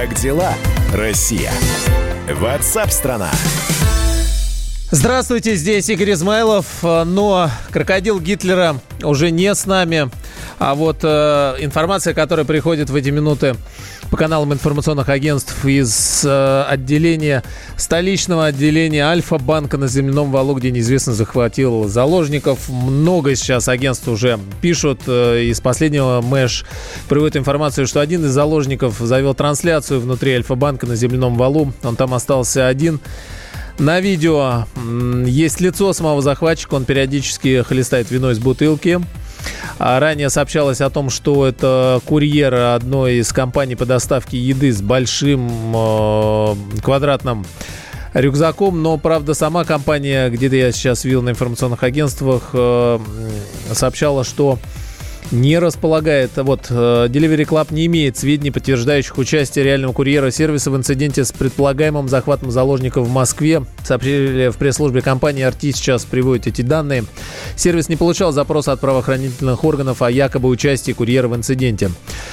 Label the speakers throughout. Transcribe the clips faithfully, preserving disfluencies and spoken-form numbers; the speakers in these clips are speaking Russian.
Speaker 1: Как дела, Россия? WhatsApp-страна.
Speaker 2: Здравствуйте, здесь Игорь Измайлов. Но крокодил Гитлера уже не с нами. А вот э, информация, которая приходит в эти минуты по каналам информационных агентств из э, отделения, столичного отделения Альфа-банка на Земляном валу, где неизвестно захватил заложников. Много сейчас агентств уже пишут. Э, из последнего Мэш приводит информацию, что один из заложников завел трансляцию внутри Альфа-банка на Земляном валу. Он там остался один. На видео есть лицо самого захватчика. Он периодически хлестает вино из бутылки. Ранее сообщалось о том, что это курьер одной из компаний по доставке еды с большим э, квадратным рюкзаком. Но, правда, сама компания, где-то я сейчас видел на информационных агентствах, э, сообщала, что не располагает, вот, Delivery Club не имеет сведений, подтверждающих участие реального курьера сервиса в инциденте с предполагаемым захватом заложников в Москве. Сообщили в пресс-службе компании. эр ти сейчас приводит эти данные. Сервис не получал запроса от правоохранительных органов о якобы участии курьера в инциденте.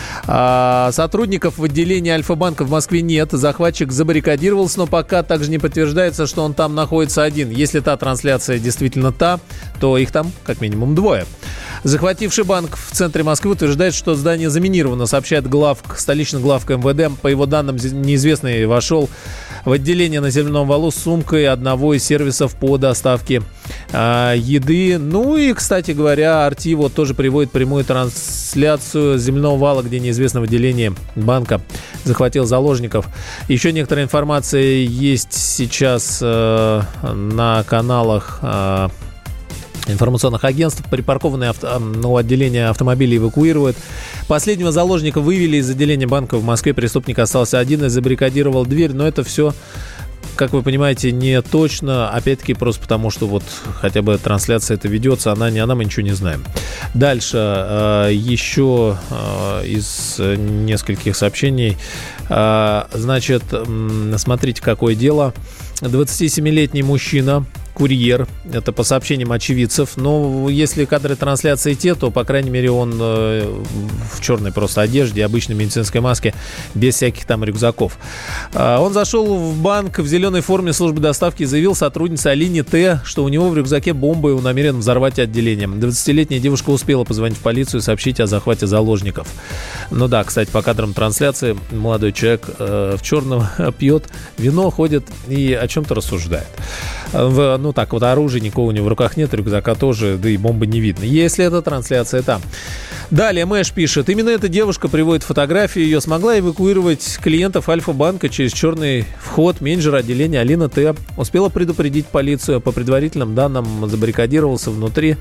Speaker 2: А сотрудников в отделении Альфа-банка в Москве нет. Захватчик забаррикадировался, но пока также не подтверждается, что он там находится один. Если та трансляция действительно та, то их там как минимум двое. Захвативший банк в центре Москвы утверждает, что здание заминировано, сообщает главк, столичный главк эм вэ дэ. По его данным, неизвестный вошел в отделение на Земляном валу с сумкой одного из сервисов по доставке э, еды. Ну и, кстати говоря, эр ти вот тоже приводит прямую трансляцию Земляного вала, где неизвестно в отделении банка захватил заложников. Еще некоторая информация есть сейчас э, на каналах э, информационных агентств. Припаркованные авто, ну, отделение автомобилей эвакуируют. Последнего заложника вывели из отделения банка в Москве. Преступник остался один и забаррикадировал дверь. Но это все, как вы понимаете, не точно. Опять-таки просто потому, что вот хотя бы трансляция это ведется, она не она, мы ничего не знаем. Дальше э, еще э, из нескольких сообщений. Э, значит, э, смотрите, какое дело. двадцатисемилетний мужчина, курьер, это по сообщениям очевидцев, но если кадры трансляции те, то, по крайней мере, он э, в черной просто одежде, обычной медицинской маске, без всяких там рюкзаков. Э, он зашел в банк в зеленой форме службы доставки и заявил сотруднице Алине Т., что у него в рюкзаке бомба и он намерен взорвать отделение. двадцатилетняя девушка успела позвонить в полицию и сообщить о захвате заложников. Ну да, кстати, по кадрам трансляции молодой человек э, в черном пьет вино, ходит и о чем-то рассуждает. В, ну так вот, оружия никого у него в руках нет, рюкзака тоже, да и бомбы не видно. Если эта трансляция там. Далее Мэш пишет. Именно эта девушка приводит фотографию. Ее смогла эвакуировать клиентов Альфа-банка через черный вход. Менеджер отделения Алина Т. успела предупредить полицию. По предварительным данным, забаррикадировался внутри.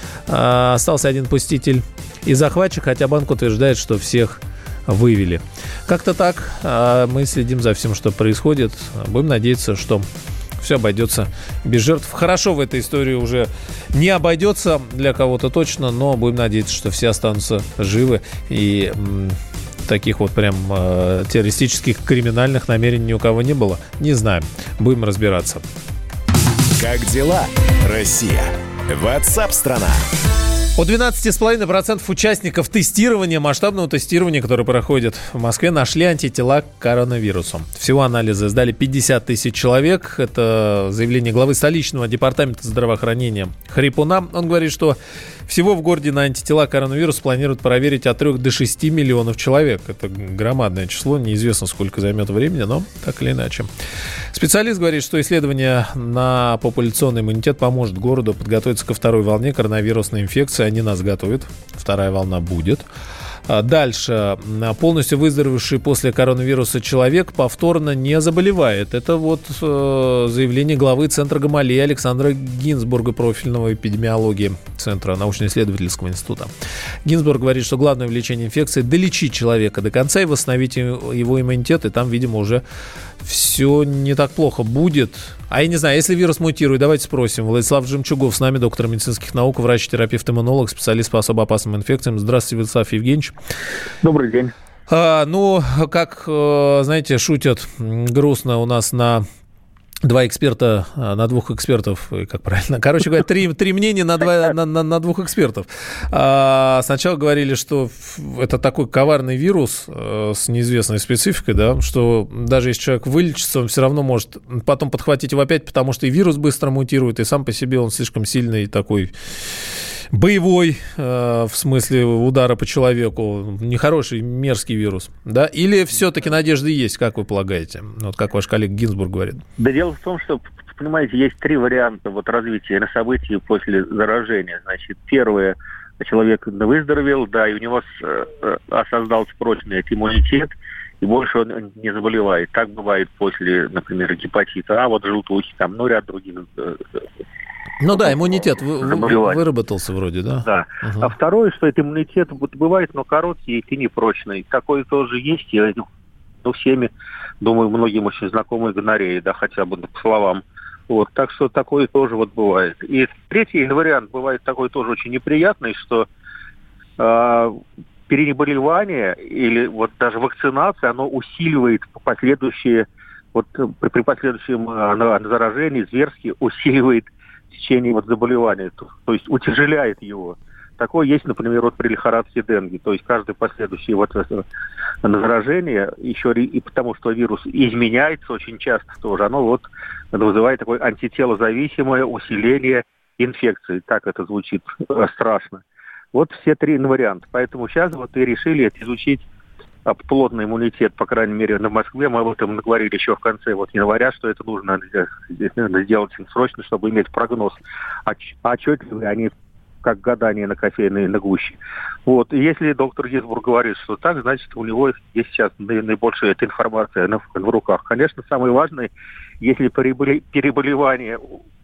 Speaker 2: А, остался один посетитель и захватчик, хотя банк утверждает, что всех вывели. Как-то так. А, мы следим за всем, что происходит. Будем надеяться, что все обойдется без жертв. Хорошо в этой истории уже не обойдется для кого-то точно, но будем надеяться, что все останутся живы и м, таких вот прям э, террористических, криминальных намерений ни у кого не было. Не знаем. Будем разбираться.
Speaker 1: Как дела, Россия? WhatsApp-страна.
Speaker 2: У двенадцати целых пять десятых процента участников тестирования, масштабного тестирования, которое проходит в Москве, нашли антитела к коронавирусу. Всего анализы сдали пятьдесят тысяч человек. Это заявление главы столичного департамента здравоохранения Хрипуна. Он говорит, что всего в городе на антитела к коронавирусу планируют проверить от трёх до шести миллионов человек. Это громадное число. Неизвестно, сколько займет времени, но так или иначе. Специалист говорит, что исследование на популяционный иммунитет поможет городу подготовиться ко второй волне коронавирусной инфекции. Они нас готовят. Вторая волна будет. Дальше. Полностью выздоровевший после коронавируса человек повторно не заболевает. Это вот э, заявление главы Центра Гамалеи Александра Гинзбурга, профильного эпидемиологии Центра научно-исследовательского института. Гинзбург говорит, что главное в лечении инфекции – долечить человека до конца и восстановить его иммунитет. И там, видимо, уже все не так плохо будет. А я не знаю, если вирус мутирует, давайте спросим. Владислав Жемчугов с нами, доктор медицинских наук, врач-терапевт, иммунолог, специалист по особо опасным инфекциям. Здравствуйте, Владислав Евгеньевич.
Speaker 3: Добрый день.
Speaker 2: А, ну, как, знаете, шутят грустно у нас на Два эксперта на двух экспертов, как правильно? Короче говоря, три, три мнения на, два, на, на, на двух экспертов. А, сначала говорили, что это такой коварный вирус с неизвестной спецификой, да, что даже если человек вылечится, он все равно может потом подхватить его опять, потому что и вирус быстро мутирует, и сам по себе он слишком сильный такой... боевой, э, в смысле удара по человеку, нехороший, мерзкий вирус, да? Или все-таки надежды есть, как вы полагаете? Вот как ваш коллега Гинзбург говорит.
Speaker 3: Да дело в том, что, понимаете, есть три варианта вот развития на событий после заражения. Значит, первое, человек выздоровел, да, и у него с, э, создался прочный иммунитет, и больше он не заболевает. Так бывает после, например, гепатита А, вот желтухи, там, ну, ряд других.
Speaker 2: Ну да, иммунитет вы, выработался вроде, да?
Speaker 3: Да. Угу. А второе, что это иммунитет бывает, но короткий и непрочный. Такое тоже есть. Я, ну, всеми, думаю, многим очень знакомые гонореи, да, хотя бы по словам. Вот, так что такое тоже вот бывает. И третий вариант бывает такой тоже очень неприятный, что э, переболевание или вот даже вакцинация, оно усиливает последующие, вот при, при последующем э, заражении зверски усиливает течение вот заболевания, то, то есть утяжеляет его. Такое есть, например, вот при лихорадке денге. То есть каждое последующее вот заражение, еще и потому что вирус изменяется очень часто тоже, оно вот вызывает такое антителозависимое усиление инфекции. Так это звучит страшно. Вот все три варианта. Поэтому сейчас вот и решили изучить плотный иммунитет, по крайней мере, на Москве. Мы об этом говорили еще в конце вот января, что это нужно сделать срочно, чтобы иметь прогноз отчетливый, а не как гадание на кофейной на гуще. Вот. И если доктор Гинзбург говорит, что так, значит, у него есть сейчас наибольшая эта информация в руках. Конечно, самое важное, если переболевание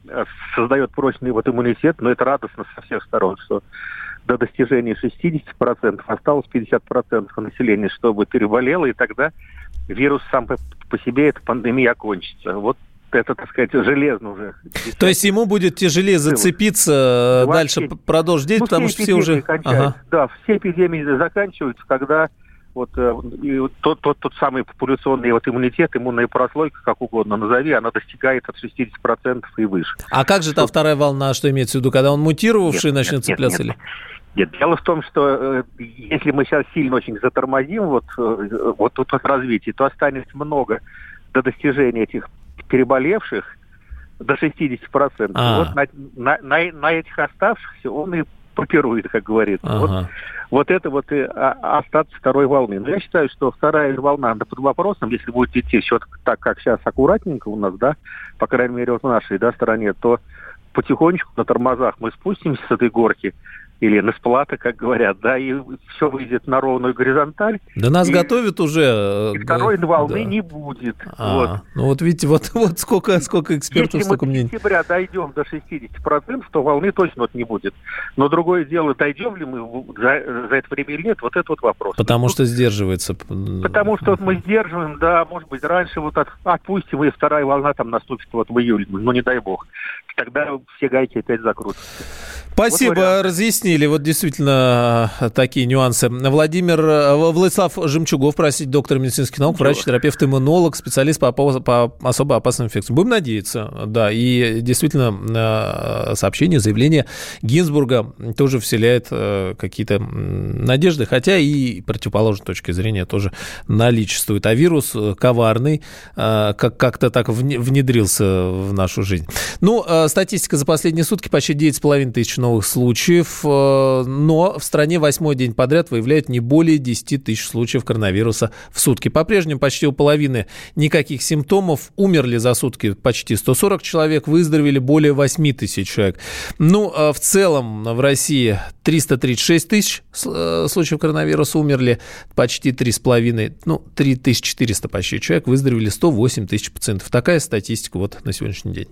Speaker 3: создает прочный вот иммунитет, но это радостно со всех сторон, что до достижения шестьдесят процентов осталось пятьдесят процентов населения, чтобы переболело, и тогда вирус сам по, по себе, эта пандемия окончится. Вот это, так сказать, железно уже.
Speaker 2: То есть ему будет тяжелее зацепиться, вообще, дальше продолжить действовать, ну, потому что все уже...
Speaker 3: Ага. Да, все эпидемии заканчиваются, когда вот, и тот, тот, тот самый популяционный вот иммунитет, иммунная прослойка, как угодно назови, она достигает от шестьдесят процентов и выше.
Speaker 2: А как же что... та вторая волна, что имеется в виду, когда он мутировавший нет, начнет нет, цепляться?
Speaker 3: Нет, нет. Нет, дело в том, что э, если мы сейчас сильно очень затормозим вот, э, вот тут вот развитие, то останется много до достижения этих переболевших, до шестьдесят процентов. А. Вот на, на, на, на этих оставшихся он и попирует, как говорится. Ага. Вот, вот это вот и а, остаток второй волны. Но я считаю, что вторая волна под вопросом, если будет идти все так, как сейчас, аккуратненько у нас, да, по крайней мере, вот в нашей, да, стороне, то потихонечку на тормозах мы спустимся с этой горки, или на сплата, как говорят, да, и все выйдет на ровную горизонталь.
Speaker 2: Да нас и, готовят уже.
Speaker 3: И второй волны да. не будет.
Speaker 2: А,
Speaker 3: вот.
Speaker 2: Ну вот видите, вот, вот сколько, сколько экспертов,
Speaker 3: Если
Speaker 2: столько
Speaker 3: мнений.
Speaker 2: Если
Speaker 3: мы в сентября дойдем до шестьдесят процентов, то волны точно вот не будет. Но другое дело, дойдем ли мы за, за это время или нет, вот это вот вопрос.
Speaker 2: Потому Тут, что сдерживается.
Speaker 3: Потому что вот мы сдерживаем, да, может быть, раньше вот от, отпустим, и вторая волна там наступит вот в июле, ну не дай бог. Тогда все гайки опять закрутятся.
Speaker 2: Спасибо, вот разъяснили. Вот действительно такие нюансы. Владимир, Владислав Жемчугов, простите, доктор медицинских наук, врач, терапевт, иммунолог, специалист по, по особо опасным инфекциям. Будем надеяться, да. И действительно сообщение, заявление Гинзбурга тоже вселяет какие-то надежды, хотя и противоположной точки зрения тоже наличествует. А вирус коварный, как-то так внедрился в нашу жизнь. Ну, статистика за последние сутки почти девять с половиной тысяч новых случаев, но в стране восьмой день подряд выявляют не более десять тысяч случаев коронавируса в сутки. По-прежнему почти у половины никаких симптомов. Умерли за сутки почти сто сорок человек, выздоровели более восемь тысяч человек. Ну, в целом в России триста тридцать шесть тысяч случаев коронавируса умерли, почти три с половиной, ну, три тысячи четыреста почти человек, выздоровели сто восемь тысяч пациентов. Такая статистика вот на сегодняшний день.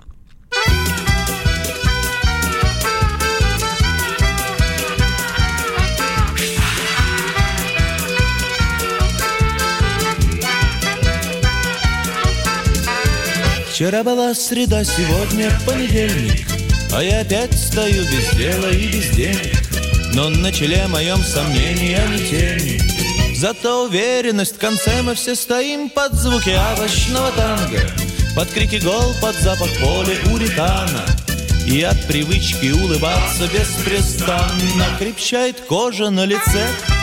Speaker 4: Вчера была среда, сегодня понедельник, а я опять стою без дела и без денег. Но на челе моем сомнения не тени. Зато уверенность, в конце мы все стоим под звуки овощного танго. под крики гол, под запах поля уритана. И от привычки улыбаться беспрестанно крепчает кожа на лице.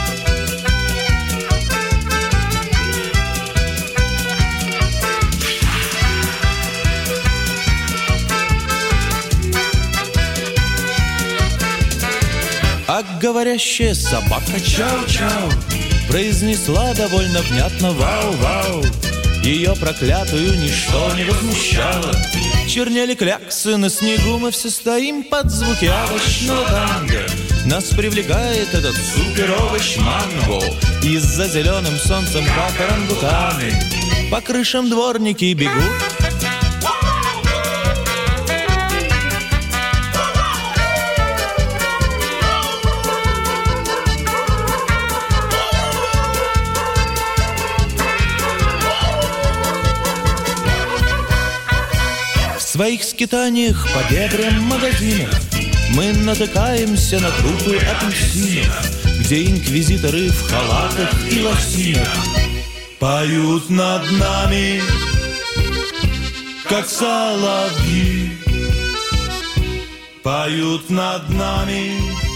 Speaker 4: А говорящая собака чау-чау произнесла довольно внятно вау-вау. Ее проклятую ничто не возмущало. Чернели кляксы на снегу, мы все стоим под звуки овощного танго. Нас привлекает этот супер-овощ манго. И за зеленым солнцем, как орангутаны, по крышам дворники бегут. В своих скитаниях по дебрям магазинов мы натыкаемся на трупы апельсинов, где инквизиторы в халатах и лосинах поют над нами, как соловьи. Поют над нами,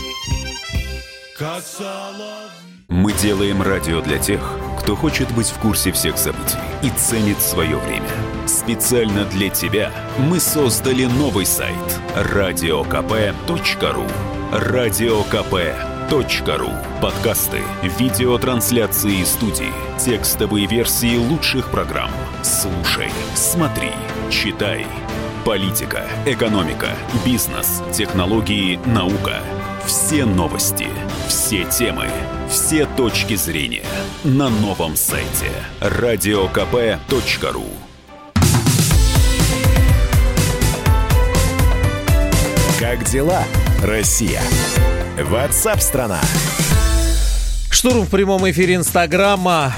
Speaker 4: как соловьи.
Speaker 5: Мы делаем радио для тех, кто хочет быть в курсе всех событий и ценит свое время. Специально для тебя мы создали новый сайт радио ка пэ точка ру. радио ка пэ точка ру. Подкасты, видеотрансляции студии, текстовые версии лучших программ. Слушай, смотри, читай. Политика, экономика, бизнес, технологии, наука. Все новости, все темы, все точки зрения на новом сайте радио ка пэ точка ру.
Speaker 1: Как дела, Россия? WhatsApp-страна.
Speaker 2: Штурм в прямом эфире Инстаграма.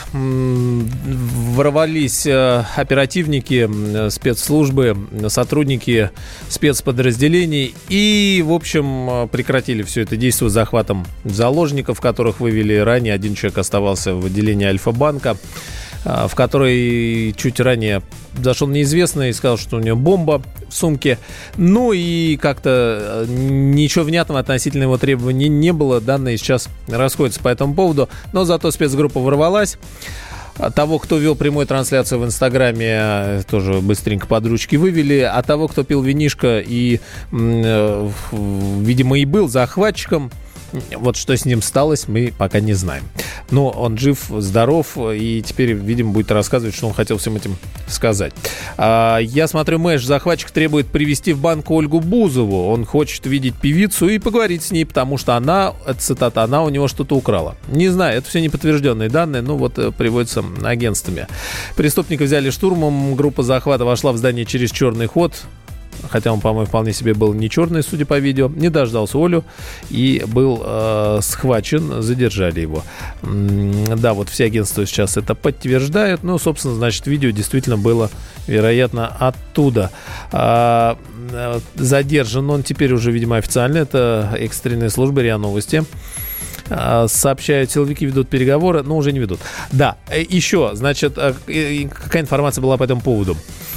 Speaker 2: Ворвались оперативники, спецслужбы, сотрудники спецподразделений и, в общем, прекратили все это действие с захватом заложников, которых вывели ранее. Один человек оставался в отделении Альфа-банка, в который чуть ранее зашел неизвестный и сказал, что у него бомба в сумке. Ну и как-то ничего внятного относительно его требований не было. Данные сейчас расходятся по этому поводу. Но зато спецгруппа ворвалась. Того, кто вел прямую трансляцию в Инстаграме, тоже быстренько под ручки вывели. А того, кто пил винишко и, видимо, и был захватчиком, вот что с ним сталось, мы пока не знаем. Но он жив, здоров, и теперь, видимо, будет рассказывать, что он хотел всем этим сказать. А, я смотрю, Мэш, захватчик требует привести в банк Ольгу Бузову. Он хочет видеть певицу и поговорить с ней, потому что она, цитата, она у него что-то украла. Не знаю, это все неподтвержденные данные, но вот приводятся агентствами. Преступника взяли штурмом, группа захвата вошла в здание через черный ход. Хотя он, по-моему, вполне себе был не черный, судя по видео. Не дождался Олю и был э, схвачен, задержали его. М-м, да, вот все агентства сейчас это подтверждают. Ну, собственно, значит, видео действительно было, вероятно, оттуда. А, задержан он теперь уже, видимо, официально. Это экстренные службы РИА Новости. Сообщают, силовики ведут переговоры, но уже не ведут. Да, еще, значит, какая информация была по этому поводу?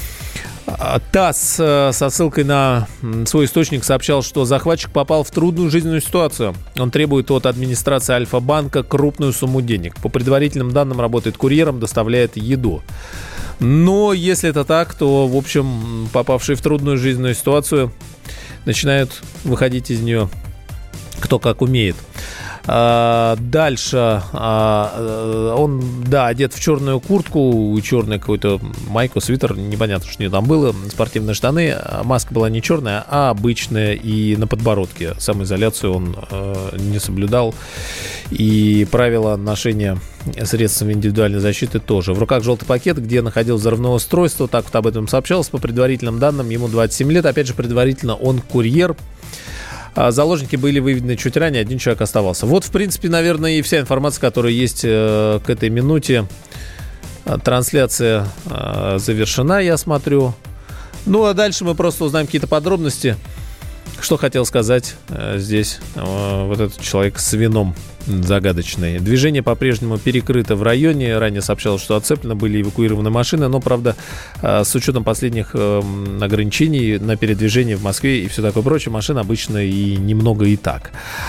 Speaker 2: ТАСС со ссылкой на свой источник сообщал, что захватчик попал в трудную жизненную ситуацию. Он требует от администрации Альфа-банка крупную сумму денег. По предварительным данным, работает курьером, доставляет еду. Но если это так, то, в общем, попавшие в трудную жизненную ситуацию начинают выходить из нее кто как умеет. А, дальше а, он, да, одет в черную куртку, черную какую-то майку, свитер, непонятно, что у него там было, спортивные штаны. Маска была не черная, а обычная, и на подбородке самоизоляцию он а, не соблюдал, и правила ношения средств индивидуальной защиты тоже. В руках желтый пакет, где находилось взрывное устройство, так вот об этом сообщалось. По предварительным данным, ему двадцать семь лет, опять же, предварительно он курьер. Заложники были выведены чуть ранее, один человек оставался. Вот, в принципе, наверное, и вся информация, которая есть э, к этой минуте. Трансляция э, завершена, я смотрю. Ну, а дальше мы просто узнаем какие-то подробности. Что хотел сказать э, здесь э, вот этот человек с вином. загадочный. Движение по-прежнему перекрыто в районе. Ранее сообщалось, что отцеплено, были эвакуированы машины. Но, правда, с учетом последних ограничений на передвижение в Москве и все такое прочее, машин обычно и немного и так.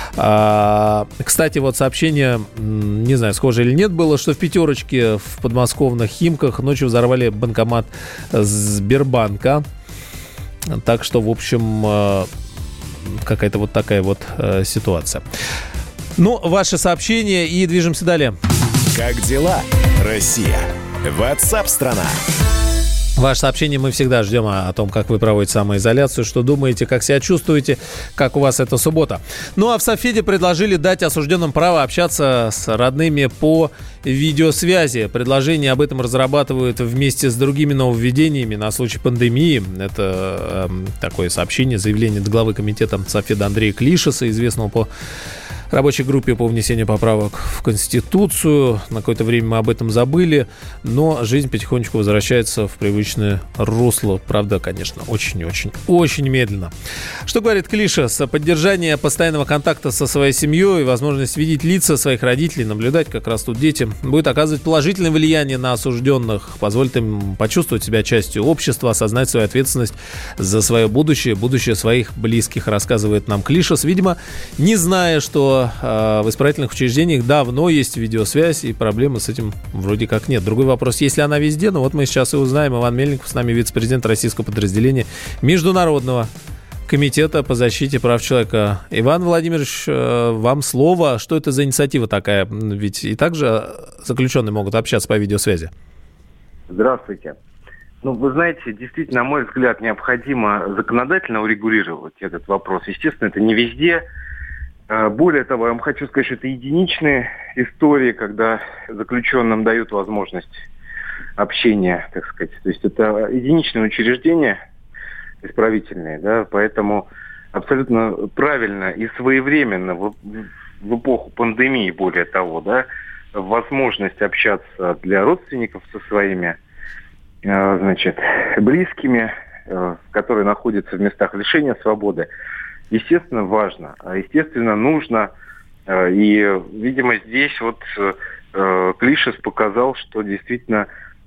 Speaker 2: Кстати, вот сообщение, не знаю, схоже или нет, было, что в пятерочке в подмосковных Химках ночью взорвали банкомат Сбербанка. Так что, в общем, какая-то вот такая вот ситуация. Ну, ваши сообщения и движемся далее.
Speaker 1: Как дела, Россия? WhatsApp-страна.
Speaker 2: Ваше сообщение мы всегда ждем о, о том, как вы проводите самоизоляцию, что думаете, как себя чувствуете, как у вас эта суббота. Ну а в Совфеде предложили дать осужденным право общаться с родными по видеосвязи. Предложение об этом разрабатывают вместе с другими нововведениями на случай пандемии. Это э, такое сообщение, заявление от главы комитета Совфеда Андрея Клишеса, известного по рабочей группе по внесению поправок в Конституцию. На какое-то время мы об этом забыли, но жизнь потихонечку возвращается в привычное русло. Правда, конечно, очень-очень-очень медленно. Что говорит Клишес? Поддержание постоянного контакта со своей семьей, возможность видеть лица своих родителей, наблюдать, как растут дети, будет оказывать положительное влияние на осужденных, позволит им почувствовать себя частью общества, осознать свою ответственность за свое будущее, будущее своих близких, рассказывает нам Клишес, видимо, не зная, что в исправительных учреждениях давно есть видеосвязь, и проблемы с этим вроде как нет. Другой вопрос, есть ли она везде? Ну вот мы сейчас и узнаем. Иван Мельников с нами, вице-президент российского подразделения Международного комитета по защите прав человека. Иван Владимирович, вам слово. Что это за инициатива такая? Ведь и также заключенные могут общаться по видеосвязи.
Speaker 6: Здравствуйте. Ну, вы знаете, действительно, на мой взгляд, необходимо законодательно урегулировать этот вопрос. Естественно, это не везде. Более того, я вам хочу сказать, что это единичные истории, когда заключенным дают возможность общения, так сказать. То есть это единичные учреждения исправительные, да, поэтому абсолютно правильно и своевременно в, в эпоху пандемии, более того, да, возможность общаться для родственников со своими, значит, близкими, которые находятся в местах лишения свободы, естественно, важно, естественно, нужно. И, видимо, здесь вот Клишес показал, что действительно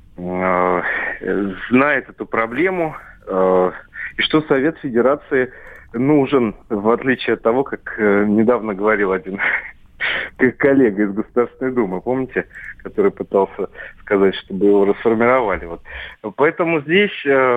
Speaker 6: знает эту проблему, и что Совет Федерации нужен, в отличие от того, как недавно говорил один коллега из Государственной Думы, помните, который пытался сказать, чтобы его расформировали. Вот. Поэтому здесь,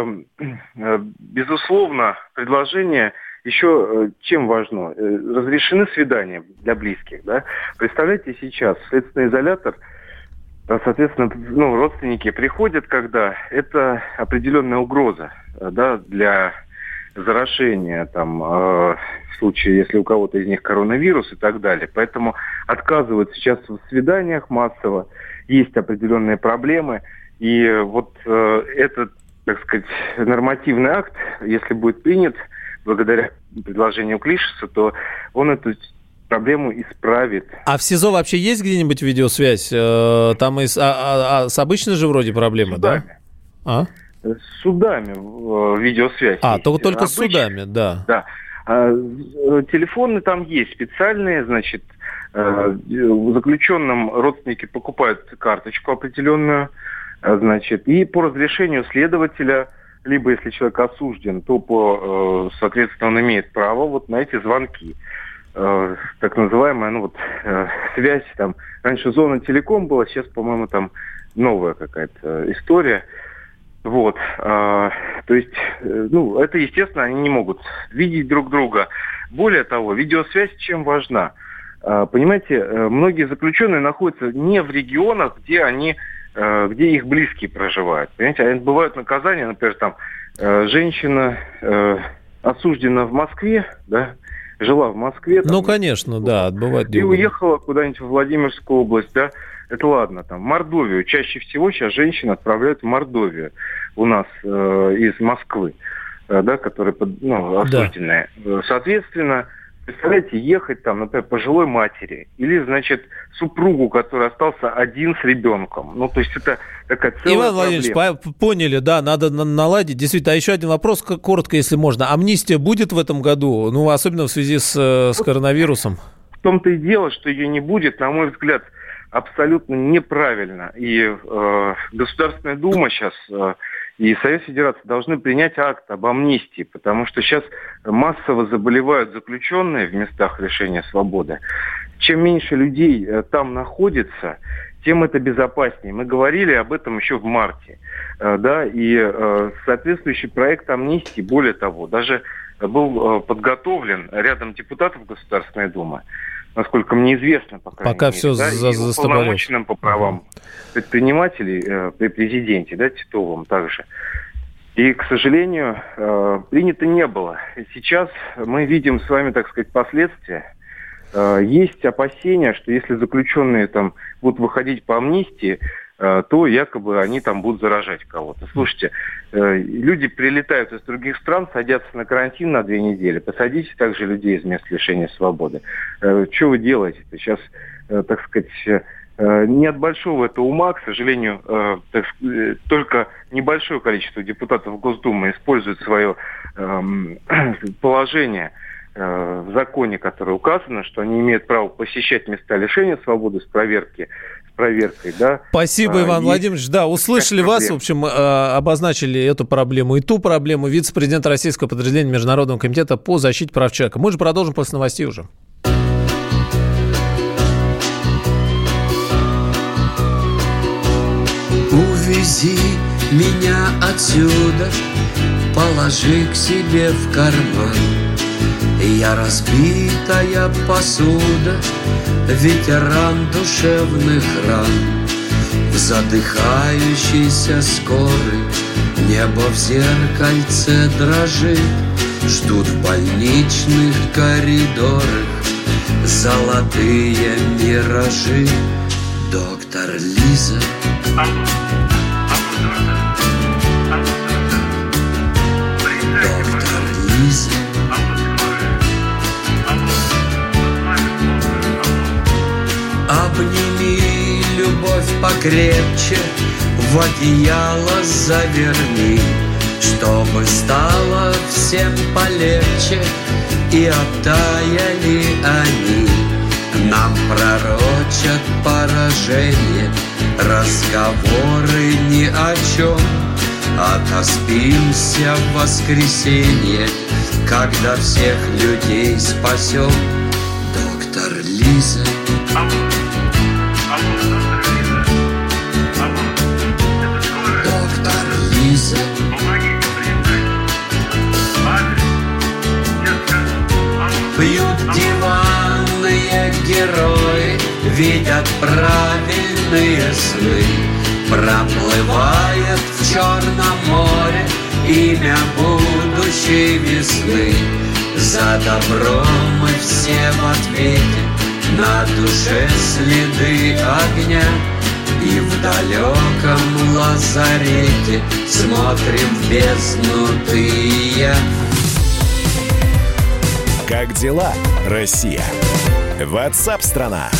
Speaker 6: безусловно, предложение еще чем важно? Разрешены свидания для близких. Да? Представляете, сейчас в следственный изолятор, соответственно, ну, родственники приходят, когда это определенная угроза, да, для заражения, там, э, в случае, если у кого-то из них коронавирус и так далее. Поэтому отказывают сейчас в свиданиях массово, есть определенные проблемы. И вот э, этот, так сказать, нормативный акт, если будет принят благодаря предложению Клишеса, то он эту проблему исправит. А в СИЗО вообще есть где-нибудь видеосвязь? Там и с, а, а, а с обычной же вроде проблемы, да? А? С судами видеосвязь. А, только, только с судами, да. Да. А, телефоны там есть специальные, значит, заключенным родственники покупают карточку определенную, значит, и по разрешению следователя, либо если человек осужден, то по, соответственно, он имеет право вот на эти звонки. Так называемая, ну вот, связь там. Раньше зона телеком была, сейчас, по-моему, там новая какая-то история. Вот. То есть, ну, это, естественно, они не могут видеть друг друга. Более того, видеосвязь чем важна? Понимаете, многие заключенные находятся не в регионах, где они, где их близкие проживают. Понимаете, бывают наказания, например, там, женщина осуждена в Москве, да, жила в Москве. Там, ну, конечно, да, отбывать. И уехала куда-нибудь в Владимирскую область, да, это ладно, там, Мордовию. Чаще всего сейчас женщин отправляют в Мордовию у нас э, из Москвы, э, да, которые, ну, осужденные. Да. Соответственно, представляете, ехать там, например, пожилой матери или, значит, супругу, который остался один с ребенком. Ну, то есть это такая целая Иван Владимирович, по- поняли, да, надо на- наладить. Действительно, а еще один вопрос, коротко, если можно. Амнистия будет в этом году? Ну, особенно в связи с, с коронавирусом. в том-то и дело, что ее не будет, на мой взгляд, абсолютно неправильно. И э, Государственная Дума сейчас э, и Совет Федерации должны принять акт об амнистии, потому что сейчас массово заболевают заключенные в местах лишения свободы. Чем меньше людей э, там находится, тем это безопаснее. Мы говорили об этом еще в марте. Э, да, и э, соответствующий проект амнистии, более того, даже был э, подготовлен рядом депутатов Государственной Думы, насколько мне известно, по крайней
Speaker 2: Пока
Speaker 6: мере.
Speaker 2: все
Speaker 6: да,
Speaker 2: за-
Speaker 6: и уполномоченным по правам предпринимателей э, при президенте, да, Титовым также. И, к сожалению, э, принято не было. И сейчас мы видим с вами, так сказать, последствия. Э, есть опасения, что если заключенные там будут выходить по амнистии, э, то якобы они там будут заражать кого-то. Слушайте, э, люди прилетают из других стран, садятся на карантин на две недели. Посадите также людей из мест лишения свободы. Э, что вы делаете? Сейчас, э, так сказать, э, не от большого это ума, к сожалению, э, так, э, только небольшое количество депутатов Госдумы использует свое э, положение в законе, которое указано, что они имеют право посещать места лишения свободы с проверки, с проверкой, да.
Speaker 2: Спасибо, Иван
Speaker 6: а,
Speaker 2: Владимирович. Да, услышали вас, в общем, обозначили эту проблему и ту проблему. Вице-президент российского подразделения Международного комитета по защите прав человека. Мы же продолжим после новостей уже.
Speaker 7: Увези меня отсюда, положи к себе в карман. Я разбитая посуда, ветеран душевных ран. В задыхающейся скорой небо в зеркальце дрожит. Ждут в больничных коридорах золотые миражи. Доктор Лиза. Доктор Лиза. Обними, любовь, покрепче, в одеяло заверни, чтобы стало всем полегче и оттаяли они. Нам пророчат поражение, разговоры ни о чем. Отоспимся в воскресенье, когда всех людей спасем. Доктор Лиза. Доктор Лиза. Пьют диванные герои, видят правильные сны. Проплывает в Черном море имя будущей весны. За добро мы все в ответе, на душе следы огня. И в далеком лазарете смотрим в бездну ты и я.
Speaker 1: Как дела, Россия? Ватсап-страна!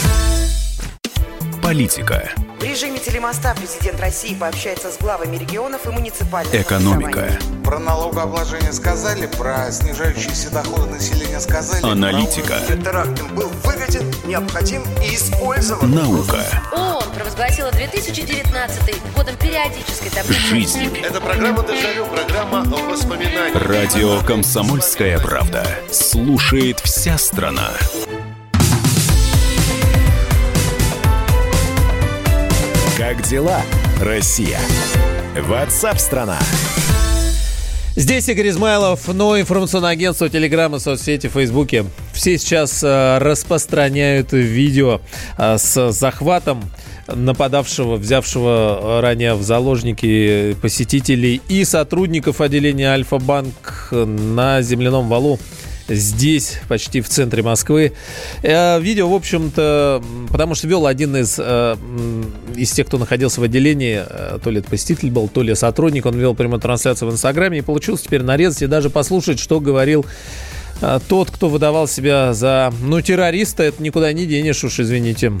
Speaker 5: Политика.
Speaker 8: В режиме телемоста президент России пообщается с главами регионов и муниципальных
Speaker 5: Экономика.
Speaker 9: Про налогообложение сказали, про снижающиеся доходы населения сказали.
Speaker 5: Аналитика.
Speaker 10: Теракт был выгоден, необходим и использован.
Speaker 5: Наука.
Speaker 11: ООН провозгласила две тысячи девятнадцатый годом периодической таблицы.
Speaker 5: Жизнь.
Speaker 10: Это программа «Дежавю», программа воспоминаний.
Speaker 5: Радио «Комсомольская правда». Слушает вся страна.
Speaker 1: Как дела, Россия? Ватсап-страна!
Speaker 2: Здесь Игорь Измайлов, но информационное агентство, телеграммы, соцсети, в Фейсбуке. Все сейчас э, распространяют видео э, с захватом нападавшего, взявшего ранее в заложники посетителей и сотрудников отделения Альфа-Банк на Земляном валу. Здесь, почти в центре Москвы. Э, видео, в общем-то, потому что вел один из, э, из тех, кто находился в отделении, э, то ли это посетитель был, то ли сотрудник, он вел прямую трансляцию в Инстаграме, и получилось теперь нарезать и даже послушать, что говорил тот, кто выдавал себя за, ну, террориста, это никуда не денешь уж, извините.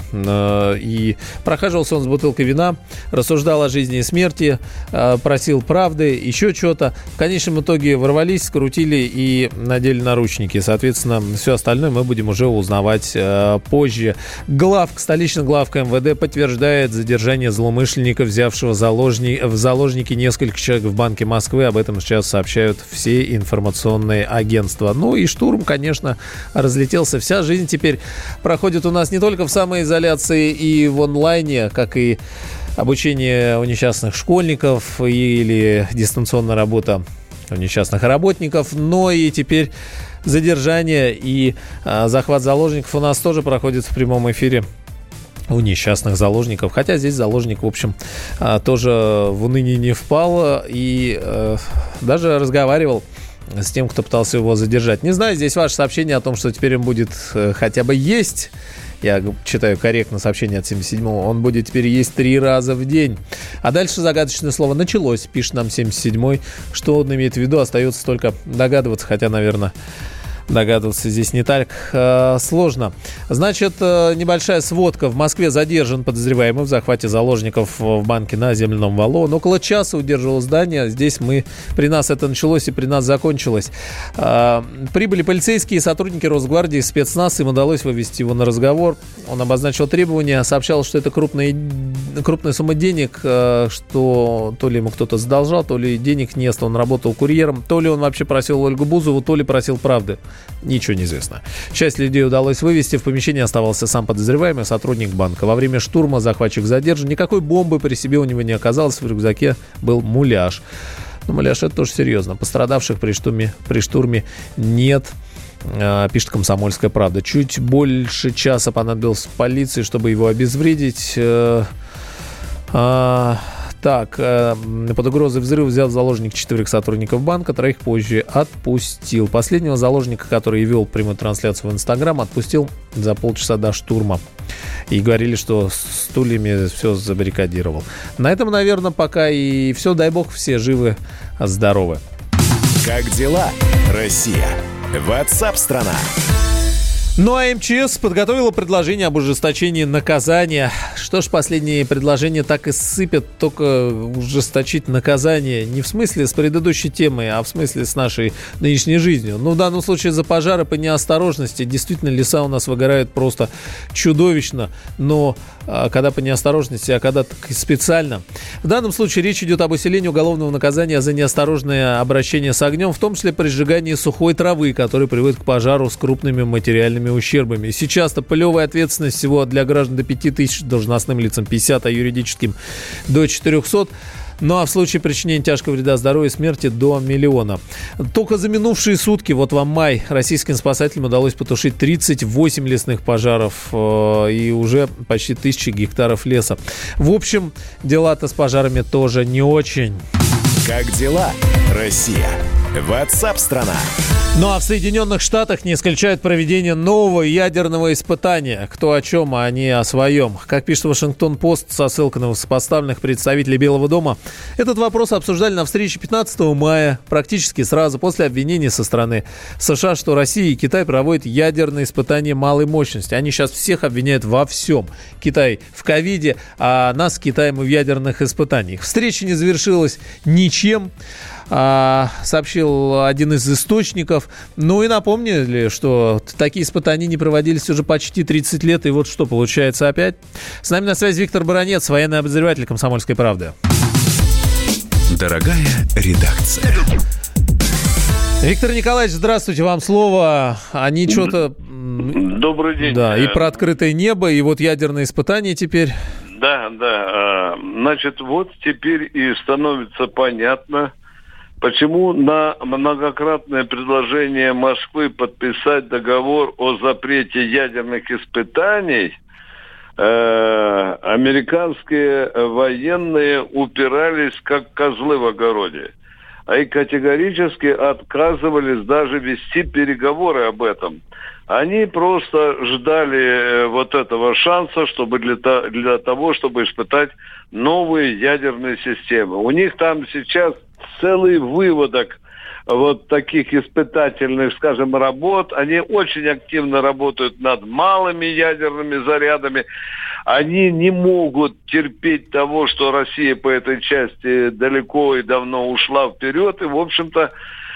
Speaker 2: И прохаживался он с бутылкой вина, рассуждал о жизни и смерти, просил правды, еще что-то. В конечном итоге ворвались, скрутили и надели наручники. Соответственно, все остальное мы будем уже узнавать позже. Главк, столичный главк эм вэ дэ подтверждает задержание злоумышленника, взявшего заложни... в заложники несколько человек в Банке Москвы. Об этом сейчас сообщают все информационные агентства. Ну и штурм, конечно, разлетелся. Вся жизнь теперь проходит у нас не только в самоизоляции и в онлайне, как и обучение у несчастных школьников или дистанционная работа у несчастных работников, но и теперь задержание и а, захват заложников у нас тоже проходит в прямом эфире у несчастных заложников. Хотя здесь заложник, в общем, а, тоже в уныние не впал и а, даже разговаривал с тем, кто пытался его задержать. Не знаю, здесь ваше сообщение о том, что теперь он будет э, хотя бы есть. Я читаю корректно сообщение от семьдесят седьмого. Он будет теперь есть три раза в день. А дальше загадочное слово «началось», пишет нам семьдесят седьмой. Что он имеет в виду, остается только догадываться. Хотя, наверное, догадываться здесь не так э, сложно. Значит, э, небольшая сводка. В Москве задержан подозреваемый в захвате заложников в банке на Земляном валу. Он около часа удерживал здание. Здесь мы... При нас это началось и при нас закончилось. Э, прибыли полицейские и сотрудники Росгвардии, спецназ. Им удалось вывести его на разговор. Он обозначил требования, сообщал, что это крупные, крупная сумма денег, э, что то ли ему кто-то задолжал, то ли денег не было. Он работал курьером, то ли он вообще просил Ольгу Бузову, то ли просил правды. Ничего не известно. Часть людей удалось вывести. В помещении оставался сам подозреваемый, сотрудник банка. Во время штурма захватчик задержан. Никакой бомбы при себе у него не оказалось. В рюкзаке был муляж. Но муляж — это тоже серьезно. Пострадавших при штурме, при штурме нет, пишет «Комсомольская правда». Чуть больше часа понадобилось полиции, чтобы его обезвредить. Так, э, под угрозой взрыва взял в заложник четверых сотрудников банка, троих позже отпустил. Последнего заложника, который вел прямую трансляцию в Инстаграм, отпустил за полчаса до штурма. И говорили, что с стульями все забаррикадировал. На этом, наверное, пока и все. Дай бог, все живы, здоровы.
Speaker 1: Как дела, Россия? Ватсап-страна!
Speaker 2: Ну а эм че эс подготовила предложение об ужесточении наказания. Что ж, последние предложения так и сыпят, только ужесточить наказание. Не в смысле с предыдущей темой, а в смысле с нашей нынешней жизнью. Ну, в данном случае за пожары по неосторожности. Действительно, леса у нас выгорают просто чудовищно. Но а, когда по неосторожности, а когда так и специально. В данном случае речь идет об усилении уголовного наказания за неосторожное обращение с огнем, в том числе при сжигании сухой травы, которая приводит к пожару с крупными материальными ущербами. Сейчас-то полевая ответственность всего для граждан до пяти тысяч, должностным лицам пятьдесят, а юридическим до четырехсот. Ну а в случае причинения тяжкого вреда здоровью и смерти до миллиона. Только за минувшие сутки, вот вам май, российским спасателям удалось потушить тридцать восемь лесных пожаров э, и уже почти тысячи гектаров леса. В общем, дела-то с пожарами тоже не очень.
Speaker 1: Как дела, Россия? Ватсап-страна!
Speaker 2: Ну а в Соединенных Штатах не исключают проведение нового ядерного испытания. Кто о чем, а они о своем. Как пишет Вашингтон-Пост со ссылкой на высокопоставленных представителей Белого дома, этот вопрос обсуждали на встрече пятнадцатого мая, практически сразу после обвинений со стороны США, что Россия и Китай проводят ядерные испытания малой мощности. Они сейчас всех обвиняют во всем. Китай в ковиде, а нас с Китаем и в ядерных испытаниях. Встреча не завершилась ничем, сообщил один из источников. Ну и напомнили, что такие испытания не проводились уже почти тридцать лет. И вот что получается опять. С нами на связи Виктор Баранец, военный обозреватель «Комсомольской правды».
Speaker 5: Дорогая редакция.
Speaker 2: Виктор Николаевич, здравствуйте, вам слово. Они что-то...
Speaker 12: Добрый день.
Speaker 2: Да, и про открытое небо, и вот ядерные испытания теперь.
Speaker 12: Да, да. Значит, вот теперь и становится понятно, почему на многократное предложение Москвы подписать договор о запрете ядерных испытаний э, американские военные упирались как козлы в огороде, а и категорически отказывались даже вести переговоры об этом. Они просто ждали вот этого шанса, чтобы для, для того, чтобы испытать новые ядерные системы. У них там сейчас целый выводок вот таких испытательных, скажем, работ. Они очень активно работают над малыми ядерными зарядами. Они не могут терпеть того, что Россия по этой части далеко и давно ушла вперед. И, в общем-то,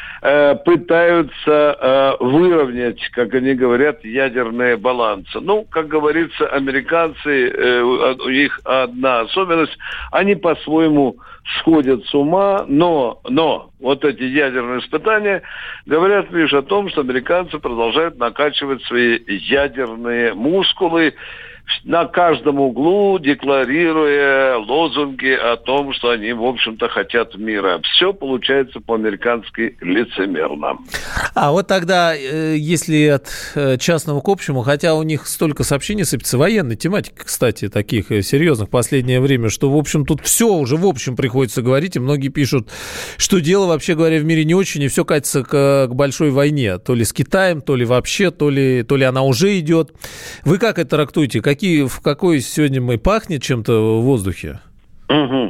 Speaker 12: пытаются выровнять, как они говорят, ядерные балансы. Ну, как говорится, американцы, их одна особенность, они по-своему сходят с ума, но, но вот эти ядерные испытания говорят лишь о том, что американцы продолжают накачивать свои ядерные мускулы, на каждом углу декларируя лозунги о том, что они, в общем-то, хотят мира. Все получается по-американски лицемерно.
Speaker 2: А вот тогда, если от частного к общему, хотя у них столько сообщений сыпется, военной тематики, кстати, таких серьезных в последнее время, что, в общем, тут все уже в общем приходится говорить, и многие пишут, что дело, вообще говоря, в мире не очень, и все катится к, к большой войне. То ли с Китаем, то ли вообще, то ли, то ли она уже идет. Вы как это трактуете? Какие, в какой сегодня мы пахнет чем-то в воздухе?
Speaker 12: Угу.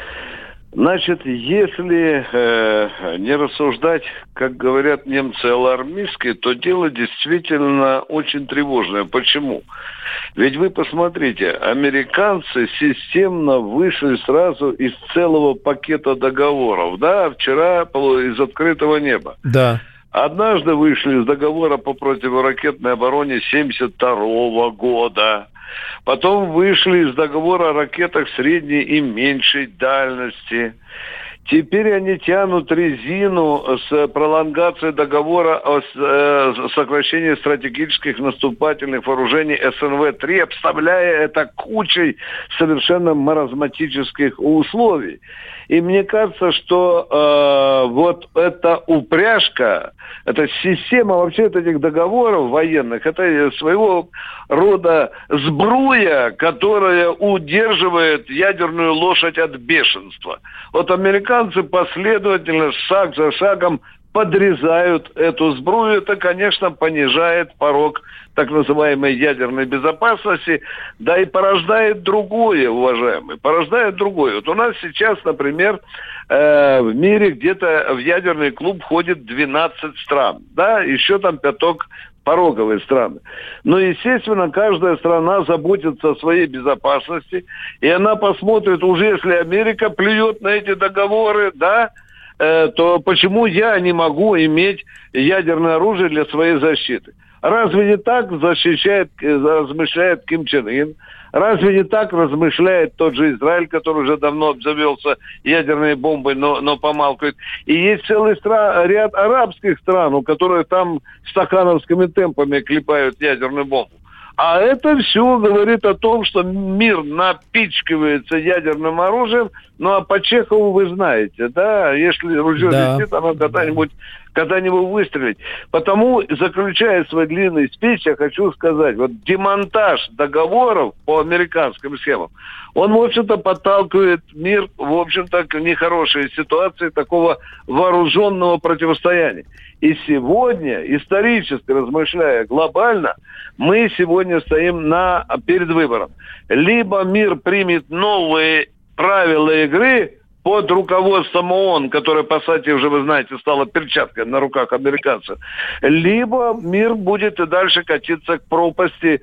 Speaker 12: Значит, если э, не рассуждать, как говорят немцы, алармистски, то дело действительно очень тревожное. Почему? Ведь вы посмотрите, американцы системно вышли сразу из целого пакета договоров. Да, вчера из открытого неба.
Speaker 2: Да.
Speaker 12: Однажды вышли из договора по противоракетной обороне семьдесят второго года. Потом вышли из договора о ракетах средней и меньшей дальности. Теперь они тянут резину с пролонгацией договора о сокращении стратегических наступательных вооружений эс эн вэ три, обставляя это кучей совершенно маразматических условий. И мне кажется, что э, вот эта упряжка, эта система вообще этих договоров военных, это своего рода сбруя, которая удерживает ядерную лошадь от бешенства. Вот американцы последовательно, шаг за шагом, подрезают эту сбрую. Это, конечно, понижает порог так называемой ядерной безопасности, да и порождает другое, уважаемые, порождает другое. Вот у нас сейчас, например, э, в мире где-то в ядерный клуб входит двенадцать стран, да, еще там пяток пороговые страны. Но, естественно, каждая страна заботится о своей безопасности, и она посмотрит, уже если Америка плюет на эти договоры, да, э, то почему я не могу иметь ядерное оружие для своей защиты? Разве не так защищает, размышляет Ким Чен Ын? Разве не так размышляет тот же Израиль, который уже давно обзавелся ядерной бомбой, но, но помалкивает? И есть целый стра- ряд арабских стран, у которых там стакановскими темпами клепают ядерную бомбу. А это все говорит о том, что мир напичкивается ядерным оружием. Ну, а по Чехову вы знаете, да, если ружье да. летит, оно когда-нибудь, когда-нибудь выстрелит. Потому, заключая свой длинный спич, я хочу сказать, вот демонтаж договоров по американским схемам, он, в общем-то, подталкивает мир, в общем-то, к нехорошей ситуации такого вооруженного противостояния. И сегодня, исторически размышляя глобально, мы сегодня стоим на, перед выбором. Либо мир примет новые правила игры под руководством ООН, которая, по сути, уже, вы знаете, стала перчаткой на руках американцев, либо мир будет и дальше катиться к пропасти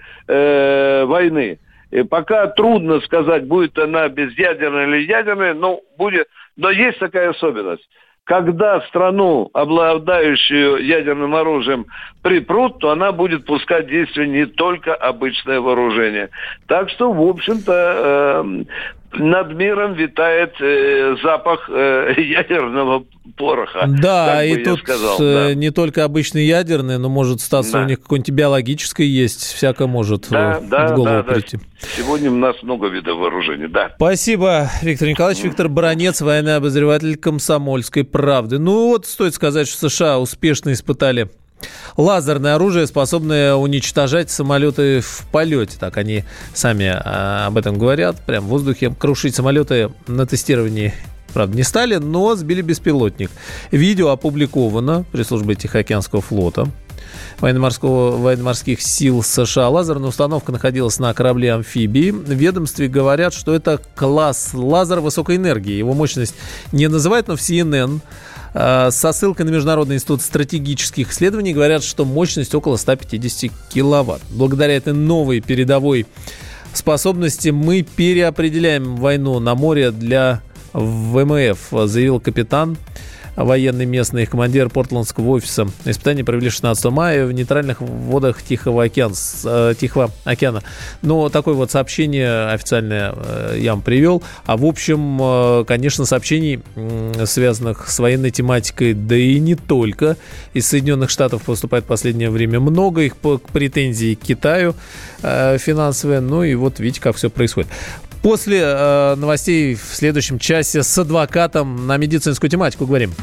Speaker 12: э, войны. И пока трудно сказать, будет она безъядерная или ядерная, но будет, но есть такая особенность. Когда страну, обладающую ядерным оружием, припрут, то она будет пускать в действие не только обычное вооружение. Так что, в общем-то, э, над миром витает э, запах э, ядерного пороха.
Speaker 2: Да, и тут
Speaker 12: сказал,
Speaker 2: э,
Speaker 12: да.
Speaker 2: не только обычный ядерный, но может статься да. у них какой-нибудь биологическое есть, всякое может да, в,
Speaker 12: да,
Speaker 2: в голову
Speaker 12: да,
Speaker 2: прийти.
Speaker 12: Да. Сегодня у нас много видов вооружений, да.
Speaker 2: Спасибо, Виктор Николаевич. Виктор Баранец, военный обозреватель «Комсомольской правды». Ну вот, стоит сказать, что США успешно испытали лазерное оружие, способное уничтожать самолеты в полете. Так они сами а, об этом говорят. Прям в воздухе. Крушить самолеты на тестировании, правда, не стали, но сбили беспилотник. Видео опубликовано при службе Тихоокеанского флота военно-морского, военно-морских сил США. Лазерная установка находилась на корабле-амфибии. В ведомстве говорят, что это класс лазер высокой энергии. Его мощность не называют, но в си эн эн Со ссылкой на Международный институт стратегических исследований говорят, что мощность около сто пятьдесят киловатт. Благодаря этой новой передовой способности мы переопределяем войну на море для ВМФ, заявил капитан военный местный, их командир портландского офиса. Испытания провели шестнадцатого мая в нейтральных водах Тихого океана. Тихого океана. Но такое вот сообщение официальное я вам привел. А в общем, конечно, сообщений, связанных с военной тематикой, да и не только, из Соединенных Штатов поступает в последнее время много. Их претензий к Китаю финансовые. Ну и вот видите, как все происходит. После э, новостей в следующем часе с адвокатом на медицинскую тематику говорим.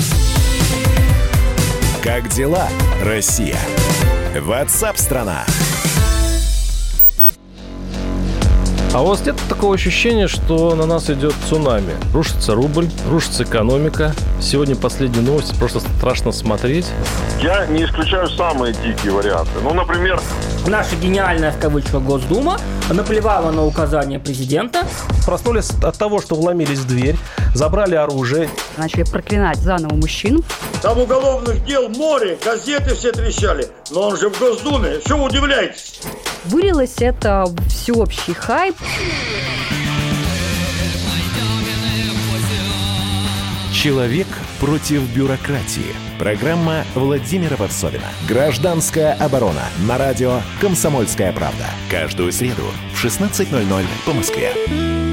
Speaker 1: Как дела, Россия? WhatsApp-страна.
Speaker 13: А у вас нет такого ощущения, что на нас идет цунами? Рушится рубль, рушится экономика. Сегодня последние новости, просто страшно смотреть.
Speaker 14: Я не исключаю самые дикие варианты. Ну, например...
Speaker 15: Наша гениальная, в кавычках, Госдума наплевала на указания президента.
Speaker 16: Проснулись от того, что вломились в дверь, забрали оружие.
Speaker 17: Начали проклинать заново мужчин.
Speaker 18: Там уголовных дел море, газеты все трещали. Но он же в Госдуме, чего вы удивляетесь?
Speaker 17: Вылилось это в всеобщий хайп.
Speaker 1: Человек против бюрократии. Программа Владимира Варсовина. Гражданская оборона. На радио «Комсомольская правда». Каждую среду в шестнадцать ноль ноль по Москве.